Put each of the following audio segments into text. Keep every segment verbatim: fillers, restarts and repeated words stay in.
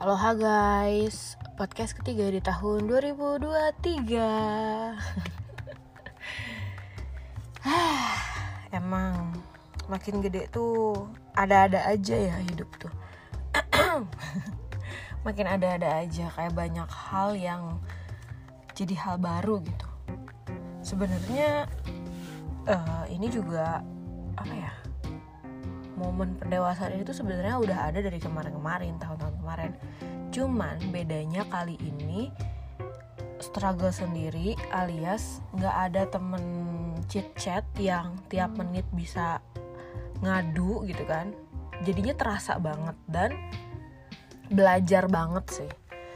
Aloha guys, podcast ketiga di tahun dua ribu dua puluh tiga. Emang makin gede tuh ada-ada aja ya hidup tuh. Makin ada-ada aja, kayak banyak hal yang jadi hal baru gitu. Sebenarnya uh, ini juga apa ya? Momen pendewasaan ini tuh sebenarnya udah ada dari kemarin-kemarin, tahun-tahun kemarin. Cuman bedanya kali ini struggle sendiri, alias nggak ada temen chit-chat yang tiap menit bisa ngadu gitu kan. Jadinya terasa banget dan belajar banget sih.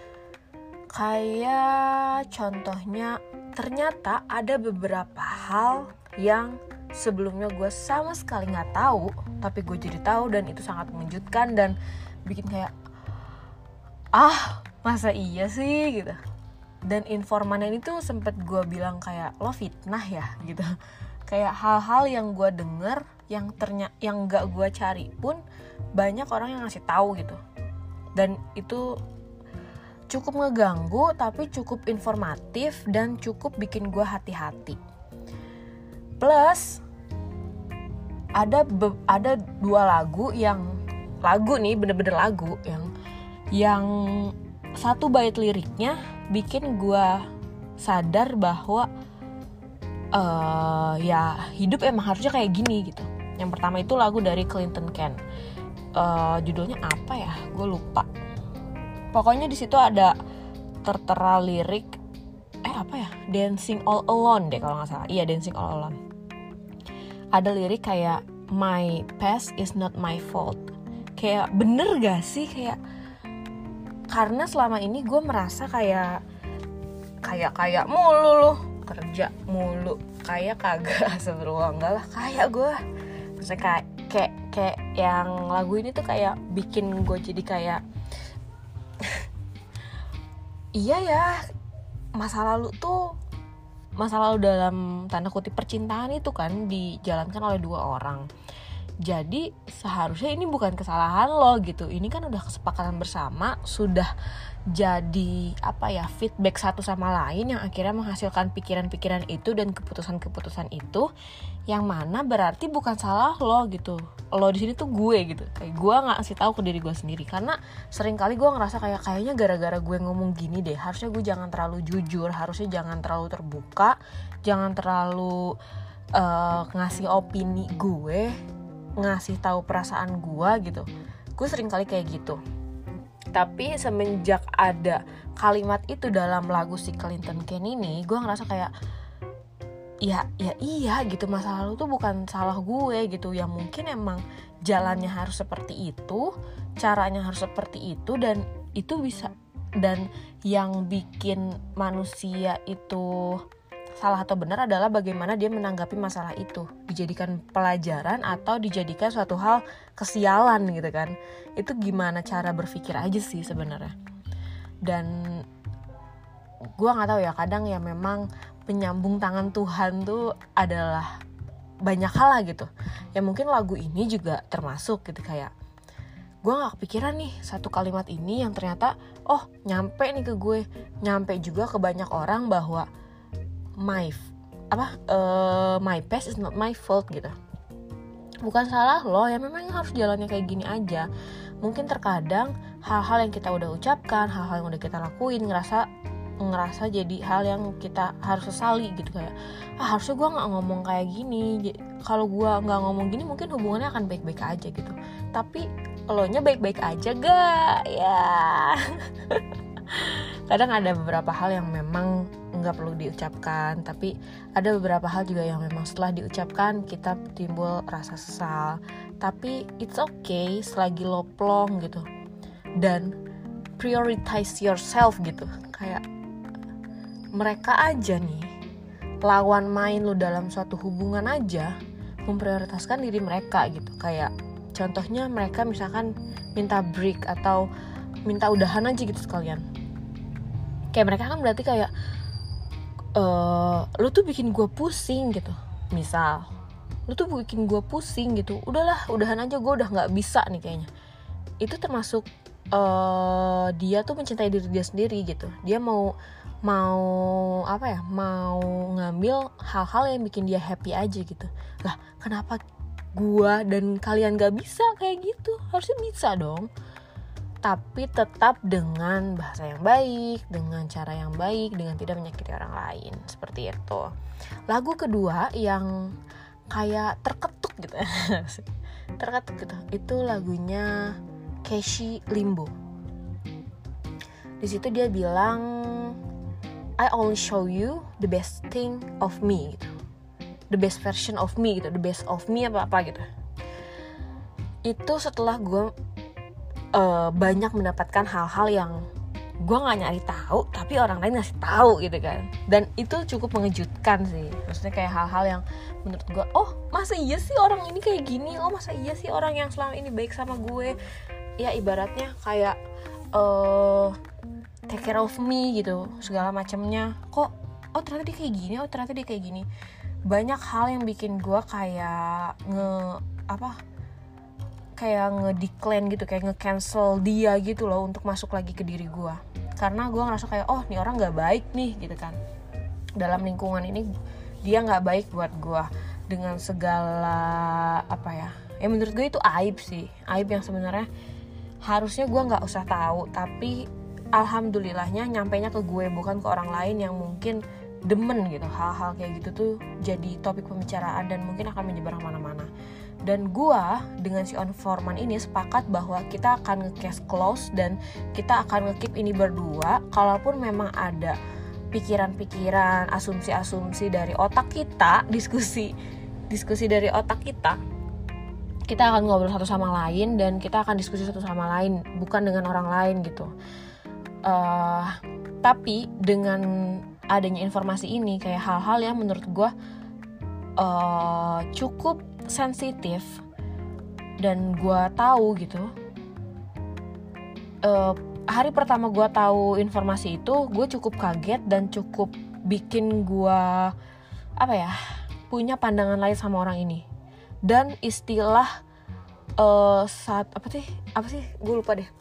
Kayak contohnya ternyata ada beberapa hal yang sebelumnya gue sama sekali nggak tahu, tapi gue jadi tahu dan itu sangat mengejutkan dan bikin kayak ah masa iya sih gitu. Dan informannya itu sempet gue bilang kayak lo fitnah ya gitu. Kayak hal-hal yang gue denger yang ternyata yang nggak gue cari pun banyak orang yang ngasih tahu gitu. Dan itu cukup ngeganggu tapi cukup informatif dan cukup bikin gue hati-hati. Plus ada be- ada dua lagu yang lagu nih bener-bener lagu yang yang satu bait liriknya bikin gue sadar bahwa uh, ya hidup emang harusnya kayak gini gitu. Yang pertama itu lagu dari Clinton Ken, uh, judulnya apa ya? Gue lupa. Pokoknya di situ ada tertera lirik eh apa ya? Dancing All Alone deh kalau nggak salah. Iya, Dancing All Alone. Ada lirik kayak my past is not my fault. Kayak bener gak sih? Kayak karena selama ini gue merasa kayak kayak kayak mulu loh, kerja mulu, kayak kagak seberuang enggak lah kayak gue. Maksudnya kayak kayak kayak yang lagu ini tuh kayak bikin gue jadi kayak iya ya, masa lalu tuh masa lalu dalam tanda kutip percintaan itu kan dijalankan oleh dua orang. Jadi seharusnya ini bukan kesalahan lo gitu. Ini kan udah kesepakatan bersama, sudah jadi apa ya, feedback satu sama lain yang akhirnya menghasilkan pikiran-pikiran itu dan keputusan-keputusan itu, yang mana berarti bukan salah lo gitu. Lo di sini tuh gue gitu. Kayak gue nggak ngasih tahu ke diri gue sendiri karena sering kali gue ngerasa kayak kayaknya gara-gara gue ngomong gini deh. Harusnya gue jangan terlalu jujur, harusnya jangan terlalu terbuka, jangan terlalu uh, ngasih opini gue, ngasih tahu perasaan gue gitu. Gue sering kali kayak gitu. Tapi semenjak ada kalimat itu dalam lagu si Clinton Ken ini, gue ngerasa kayak ya ya iya gitu, masa lalu tuh bukan salah gue gitu. Ya mungkin emang jalannya harus seperti itu, caranya harus seperti itu, dan itu bisa, dan yang bikin manusia itu salah atau benar adalah bagaimana dia menanggapi masalah itu, dijadikan pelajaran atau dijadikan suatu hal kesialan gitu kan. Itu gimana cara berpikir aja sih sebenarnya. Dan gue nggak tahu ya, kadang ya memang penyambung tangan Tuhan tuh adalah banyak hal lah gitu. Ya mungkin lagu ini juga termasuk gitu. Kayak gue nggak kepikiran nih satu kalimat ini yang ternyata oh nyampe nih ke gue, nyampe juga ke banyak orang bahwa my apa uh, my past is not my fault gitu. Bukan salah lo, ya memang harus jalannya kayak gini aja. Mungkin terkadang hal-hal yang kita udah ucapkan, hal-hal yang udah kita lakuin ngerasa ngerasa jadi hal yang kita harus sesali gitu. Kayak ah harusnya gue nggak ngomong kayak gini. Kalau gue nggak ngomong gini mungkin hubungannya akan baik-baik aja gitu. Tapi lo nya baik-baik aja gak ya? Kadang ada beberapa hal yang memang nggak perlu diucapkan, tapi ada beberapa hal juga yang memang setelah diucapkan kita timbul rasa sesal. Tapi it's okay selagi lo plong gitu dan prioritize yourself gitu. Kayak mereka aja nih, lawan main lo dalam suatu hubungan aja memprioritaskan diri mereka gitu. Kayak contohnya mereka misalkan minta break atau minta udahan aja gitu sekalian. Kayak mereka kan berarti kayak uh, lu tuh bikin gue pusing gitu. Misal lu tuh bikin gue pusing gitu, udahlah udahan aja, gue udah gak bisa nih kayaknya. Itu termasuk uh, dia tuh mencintai diri dia sendiri gitu. Dia mau mau apa ya mau ngambil hal-hal yang bikin dia happy aja gitu. Lah kenapa gua dan kalian gak bisa kayak gitu? Harusnya bisa dong, tapi tetap dengan bahasa yang baik, dengan cara yang baik, dengan tidak menyakiti orang lain, seperti itu. Lagu kedua yang kayak terketuk gitu terketuk gitu itu lagunya Keshi Limbo. Di situ dia bilang I only show you the best thing of me gitu. The best version of me gitu. The best of me apa-apa gitu. Itu setelah gue uh, banyak mendapatkan hal-hal yang gue gak nyari tahu, tapi orang lain ngasih tahu gitu kan. Dan itu cukup mengejutkan sih. Maksudnya kayak hal-hal yang menurut gue, oh masa iya sih orang ini kayak gini? Oh masa iya sih orang yang selama ini baik sama gue? Ya ibaratnya kayak uh, take care of me gitu, segala macamnya. Kok oh ternyata dia kayak gini, oh ternyata dia kayak gini. Banyak hal yang bikin gue kayak nge apa kayak nge-decline gitu, kayak nge-cancel dia gitu loh untuk masuk lagi ke diri gue. Karena gue ngerasa kayak oh nih orang nggak baik nih gitu kan. Dalam lingkungan ini dia nggak baik buat gue dengan segala apa ya. Ya menurut gue itu aib sih, aib yang sebenarnya harusnya gue nggak usah tahu, tapi alhamdulillahnya nyampainya ke gue, bukan ke orang lain yang mungkin demen gitu. Hal-hal kayak gitu tuh jadi topik pembicaraan dan mungkin akan menyebar kemana-mana. Dan gue dengan si on Forman ini sepakat bahwa kita akan nge-case close dan kita akan nge-keep ini berdua. Kalaupun memang ada pikiran-pikiran, asumsi-asumsi dari otak kita, diskusi diskusi dari otak kita, kita akan ngobrol satu sama lain dan kita akan diskusi satu sama lain, bukan dengan orang lain gitu. Uh, tapi dengan adanya informasi ini, kayak hal-hal yang menurut gue uh, cukup sensitif dan gue tahu gitu. Uh, hari pertama gue tahu informasi itu, gue cukup kaget dan cukup bikin gue apa ya punya pandangan lain sama orang ini. Dan istilah uh, saat apa sih apa sih gue lupa deh.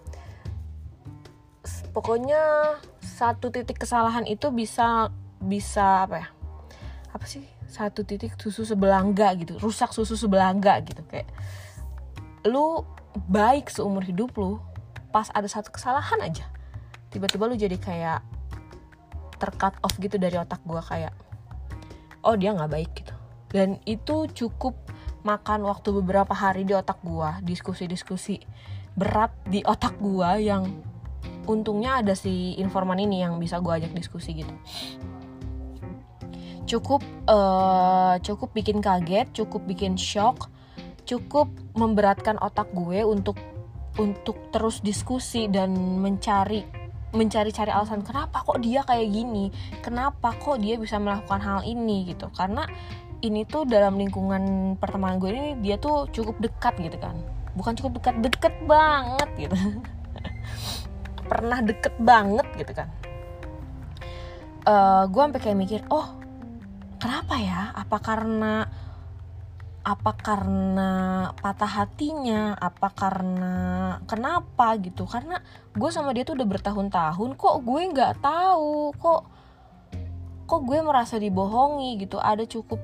Pokoknya satu titik kesalahan itu bisa bisa apa ya? Apa sih? Satu titik susu sebelangga gitu. Rusak susu sebelangga gitu, kayak lu baik seumur hidup lu, pas ada satu kesalahan aja tiba-tiba lu jadi kayak ter-cut off gitu dari otak gua, kayak oh dia enggak baik gitu. Dan itu cukup makan waktu beberapa hari di otak gua, diskusi-diskusi berat di otak gua yang untungnya ada si informan ini yang bisa gue ajak diskusi gitu. Cukup uh, cukup bikin kaget, cukup bikin shock, cukup memberatkan otak gue untuk untuk terus diskusi dan mencari mencari-cari alasan kenapa kok dia kayak gini, kenapa kok dia bisa melakukan hal ini gitu. Karena ini tuh dalam lingkungan pertemanan gue ini dia tuh cukup dekat gitu kan, bukan cukup dekat, deket banget gitu. Pernah deket banget gitu kan. uh, Gue sampai kayak mikir, oh kenapa ya, apa karena apa karena patah hatinya, apa karena kenapa gitu. Karena gue sama dia tuh udah bertahun-tahun, kok gue gak tahu, kok kok gue merasa dibohongi gitu. Ada cukup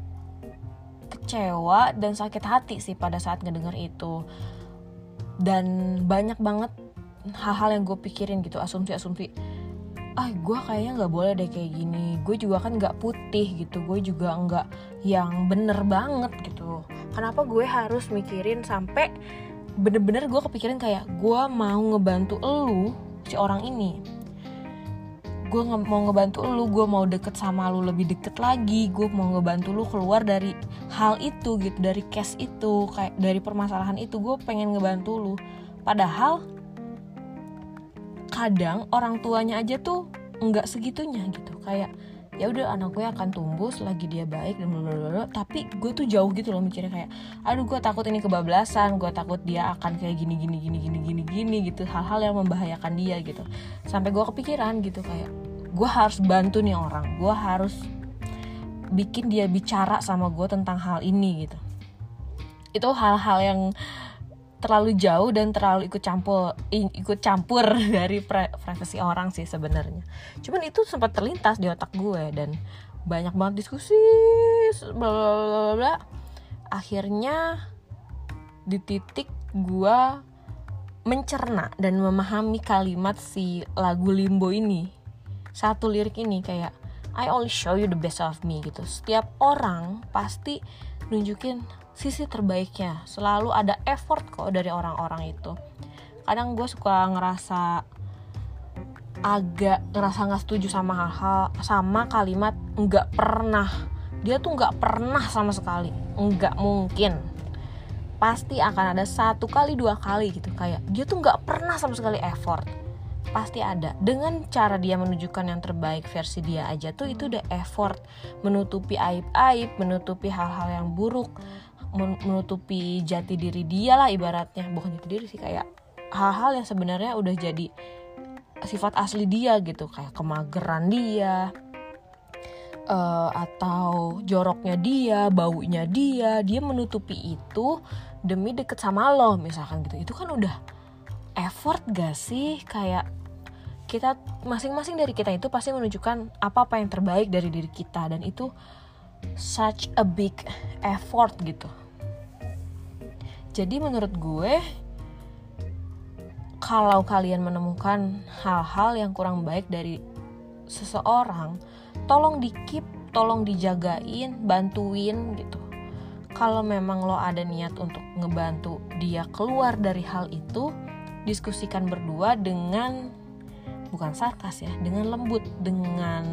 kecewa dan sakit hati sih pada saat ngedenger itu. Dan banyak banget hal-hal yang gue pikirin gitu, asumsi-asumsi, ah gue kayaknya nggak boleh deh kayak gini, gue juga kan nggak putih gitu, gue juga nggak yang bener banget gitu. Kenapa gue harus mikirin sampai bener-bener gue kepikiran kayak gue mau ngebantu elu si orang ini, gue nge- mau ngebantu lu, gue mau deket sama lu lebih deket lagi, gue mau ngebantu lu keluar dari hal itu gitu, dari case itu, kayak dari permasalahan itu, gue pengen ngebantu lu. Padahal kadang orang tuanya aja tuh nggak segitunya gitu, kayak ya udah anak gue akan tumbuh selagi dia baik dan blablabla. Tapi gue tuh jauh gitu loh mikirnya, kayak aduh gue takut ini kebablasan, gue takut dia akan kayak gini gini gini gini gini gini gitu, hal-hal yang membahayakan dia gitu. Sampai gue kepikiran gitu, kayak gue harus bantu nih orang, gue harus bikin dia bicara sama gue tentang hal ini gitu. Itu hal-hal yang terlalu jauh dan terlalu ikut campur ikut campur dari privasi orang sih sebenarnya. Cuman itu sempat terlintas di otak gue dan banyak banget diskusi bla bla bla bla. Akhirnya di titik gue mencerna dan memahami kalimat si lagu Limbo ini. Satu lirik ini kayak I only show you the best of me gitu. Setiap orang pasti nunjukin sisi terbaiknya. Selalu ada effort kok dari orang-orang itu. Kadang gue suka ngerasa agak ngerasa nggak setuju sama hal-hal, sama kalimat nggak pernah. Dia tuh nggak pernah sama sekali. Nggak mungkin. Pasti akan ada satu kali dua kali gitu. Kayak dia tuh nggak pernah sama sekali effort. Pasti ada. Dengan cara dia menunjukkan yang terbaik versi dia aja tuh itu udah effort. Menutupi aib-aib, menutupi hal-hal yang buruk, menutupi jati diri dia lah ibaratnya. Bukan jati diri sih, kayak hal-hal yang sebenarnya udah jadi sifat asli dia gitu. Kayak kemageran dia, uh, atau joroknya dia, baunya dia. Dia menutupi itu demi deket sama lo misalkan gitu. Itu kan udah effort gak sih? Kayak kita masing-masing dari kita itu pasti menunjukkan apa-apa yang terbaik dari diri kita, dan itu such a big effort gitu. Jadi menurut gue, kalau kalian menemukan hal-hal yang kurang baik dari seseorang, tolong di-keep, tolong dijagain, bantuin gitu. Kalau memang lo ada niat untuk ngebantu dia keluar dari hal itu, diskusikan berdua dengan, bukan sarkas ya, dengan lembut, dengan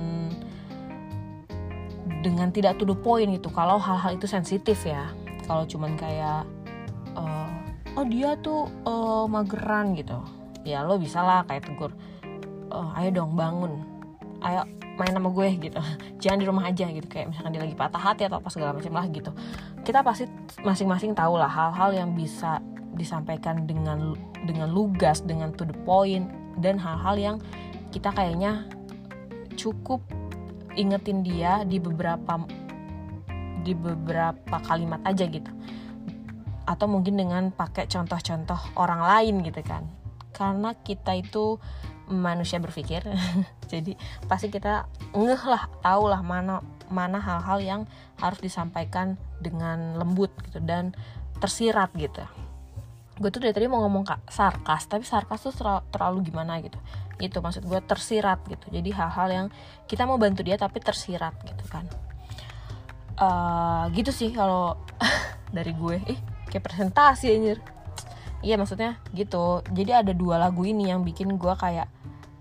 dengan tidak to the point gitu. Kalau hal-hal itu sensitif ya. Kalau cuman kayak uh, oh dia tuh uh, mageran gitu, ya lo bisa lah kayak tegur, uh, ayo dong bangun, ayo main sama gue gitu, jangan di rumah aja gitu. Kayak misalkan dia lagi patah hati atau apa segala macam lah gitu. Kita pasti masing-masing tahu lah hal-hal yang bisa disampaikan dengan dengan lugas, dengan to the point, dan hal-hal yang kita kayaknya cukup ingetin dia di beberapa di beberapa kalimat aja gitu, atau mungkin dengan pakai contoh-contoh orang lain gitu kan, karena kita itu manusia berpikir jadi pasti kita ngeh lah, tahu lah mana mana hal-hal yang harus disampaikan dengan lembut gitu dan tersirat gitu. Gue tuh dari tadi mau ngomong kak sarkas, tapi sarkas tuh terlalu, terlalu gimana gitu. Itu maksud gue tersirat gitu. Jadi hal-hal yang kita mau bantu dia tapi tersirat gitu kan. Uh, gitu sih kalau dari gue. Ih, kayak presentasi anjir. Iya maksudnya gitu. Jadi ada dua lagu ini yang bikin gue kayak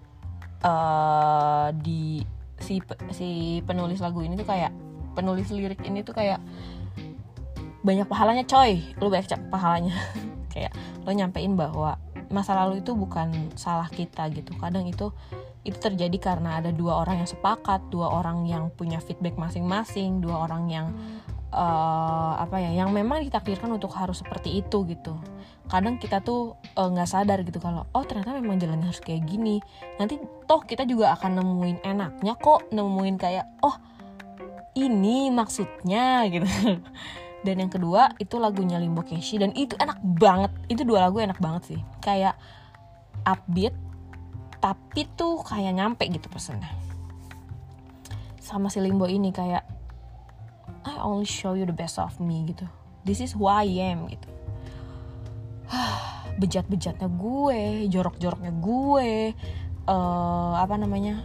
uh, di si si penulis lagu ini tuh kayak penulis lirik ini tuh kayak banyak pahalanya coy. Lu banyak pahalanya. Kayak lo nyampein bahwa masa lalu itu bukan salah kita gitu. Kadang itu itu terjadi karena ada dua orang yang sepakat, dua orang yang punya feedback masing-masing, dua orang yang uh, apa ya, yang memang ditakdirkan untuk harus seperti itu gitu. Kadang kita tuh nggak uh, sadar gitu kalau oh ternyata memang jalannya harus kayak gini. Nanti toh kita juga akan nemuin enaknya kok, nemuin kayak oh ini maksudnya gitu. Dan yang kedua itu lagunya Limbo Keshi, dan itu enak banget. Itu dua lagu enak banget sih. Kayak upbeat tapi tuh kayak nyampe gitu pesannya. Sama si Limbo ini kayak I only show you the best of me gitu. This is who I am gitu. Bejat-bejatnya gue, jorok-joroknya gue, uh, apa namanya,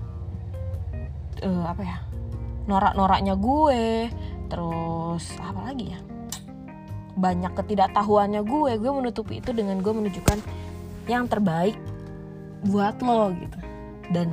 uh, apa ya, norak-noraknya gue. Terus apa lagi ya, banyak ketidaktahuannya gue. Gue menutupi itu dengan gue menunjukkan yang terbaik buat lo gitu. Dan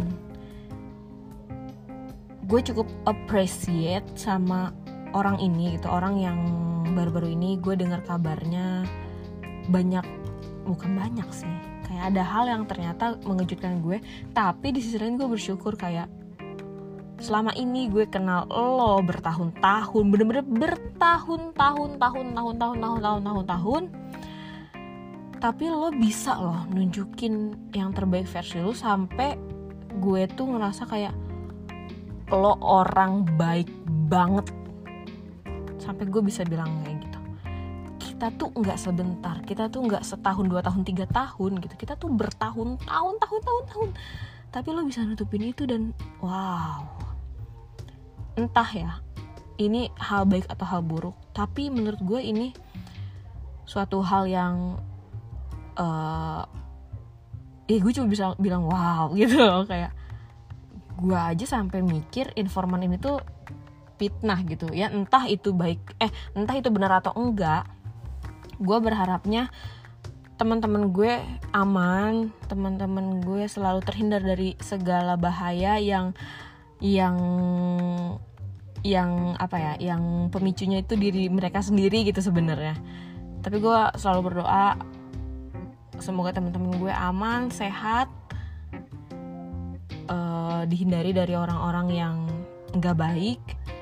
gue cukup appreciate sama orang ini gitu. Orang yang baru-baru ini gue dengar kabarnya banyak, bukan banyak sih, kayak ada hal yang ternyata mengejutkan gue. Tapi di sisi lain gue bersyukur kayak selama ini gue kenal lo bertahun-tahun, bener-bener bertahun-tahun, tahun, tahun, tahun, tahun, tahun, tahun, tahun. Tapi lo bisa loh nunjukin yang terbaik versi lo, sampai gue tuh ngerasa kayak lo orang baik banget. Sampai gue bisa bilang kayak gitu. kita tuh nggak sebentar, kita tuh nggak setahun, dua tahun, tiga tahun gitu, kita tuh bertahun-tahun, tahun-tahun-tahun. Tapi lo bisa nutupin itu dan wow, entah ya, ini hal baik atau hal buruk. Tapi menurut gue ini suatu hal yang, uh, eh gue cuma bisa bilang wow gitu loh, kayak gue aja sampai mikir informan ini tuh fitnah gitu ya, entah itu baik eh entah itu benar atau enggak. Gue berharapnya teman-teman gue aman, teman-teman gue selalu terhindar dari segala bahaya yang yang yang apa ya, yang pemicunya itu diri mereka sendiri gitu sebenarnya. Tapi gue selalu berdoa semoga teman-teman gue aman, sehat, uh, dihindari dari orang-orang yang nggak baik.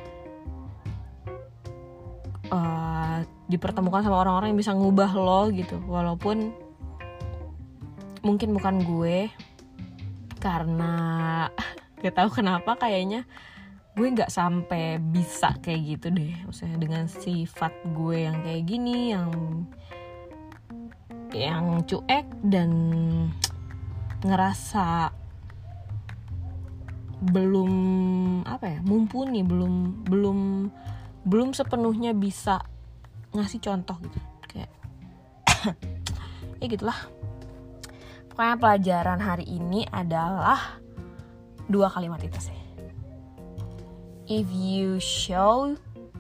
Uh, dipertemukan sama orang-orang yang bisa ngubah lo gitu, walaupun mungkin bukan gue, karena gak tahu kenapa kayaknya gue nggak sampai bisa kayak gitu deh, maksudnya dengan sifat gue yang kayak gini, yang yang cuek dan ngerasa belum apa ya, mumpuni, belum belum belum sepenuhnya bisa ngasih contoh gitu, kayak ya gitulah. Pokoknya pelajaran hari ini adalah dua kalimat itu sih. If you show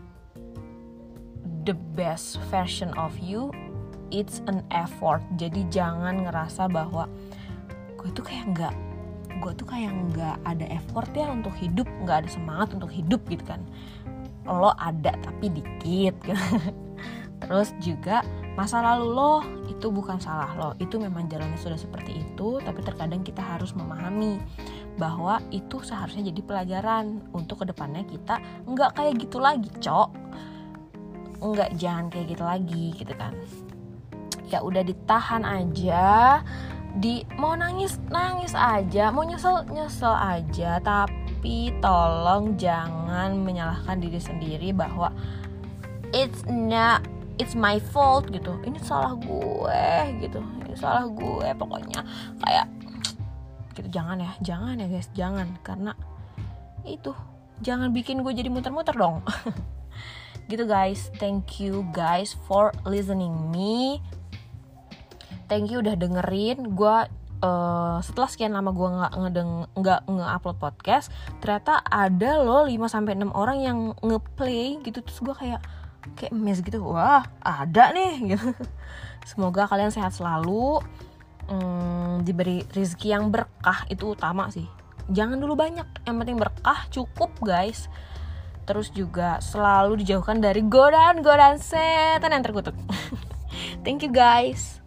the best version of you, it's an effort. Jadi jangan ngerasa bahwa gue tuh kayak nggak, gue tuh kayak nggak ada effort ya untuk hidup, nggak ada semangat untuk hidup gitu kan. Lo ada tapi dikit gitu. Terus juga masa lalu lo itu bukan salah lo, itu memang jalannya sudah seperti itu. Tapi terkadang kita harus memahami bahwa itu seharusnya jadi pelajaran untuk kedepannya kita nggak kayak gitu lagi, cok. Nggak, jangan kayak gitu lagi gitu kan. Ya udah, ditahan aja, di mau nangis nangis aja, mau nyesel nyesel aja, tapi tolong jangan menyalahkan diri sendiri bahwa it's not it's my fault gitu, ini salah gue gitu, ini salah gue pokoknya, kayak gitu. Jangan ya, jangan ya guys, jangan, karena itu jangan bikin gue jadi muter-muter dong. Gitu guys. Thank you guys for listening me. Thank you udah dengerin gue. Uh, setelah sekian lama gue nggak ngedeng nggak nge-upload podcast, ternyata ada loh lima sampai enam orang yang ngeplay gitu. Terus gue kayak kayak mes gitu, wah ada nih gitu. Semoga kalian sehat selalu, hmm, diberi rezeki yang berkah, itu utama sih. Jangan dulu banyak, yang penting berkah cukup guys. Terus juga selalu dijauhkan dari godaan-godaan setan yang terkutuk. Thank you guys.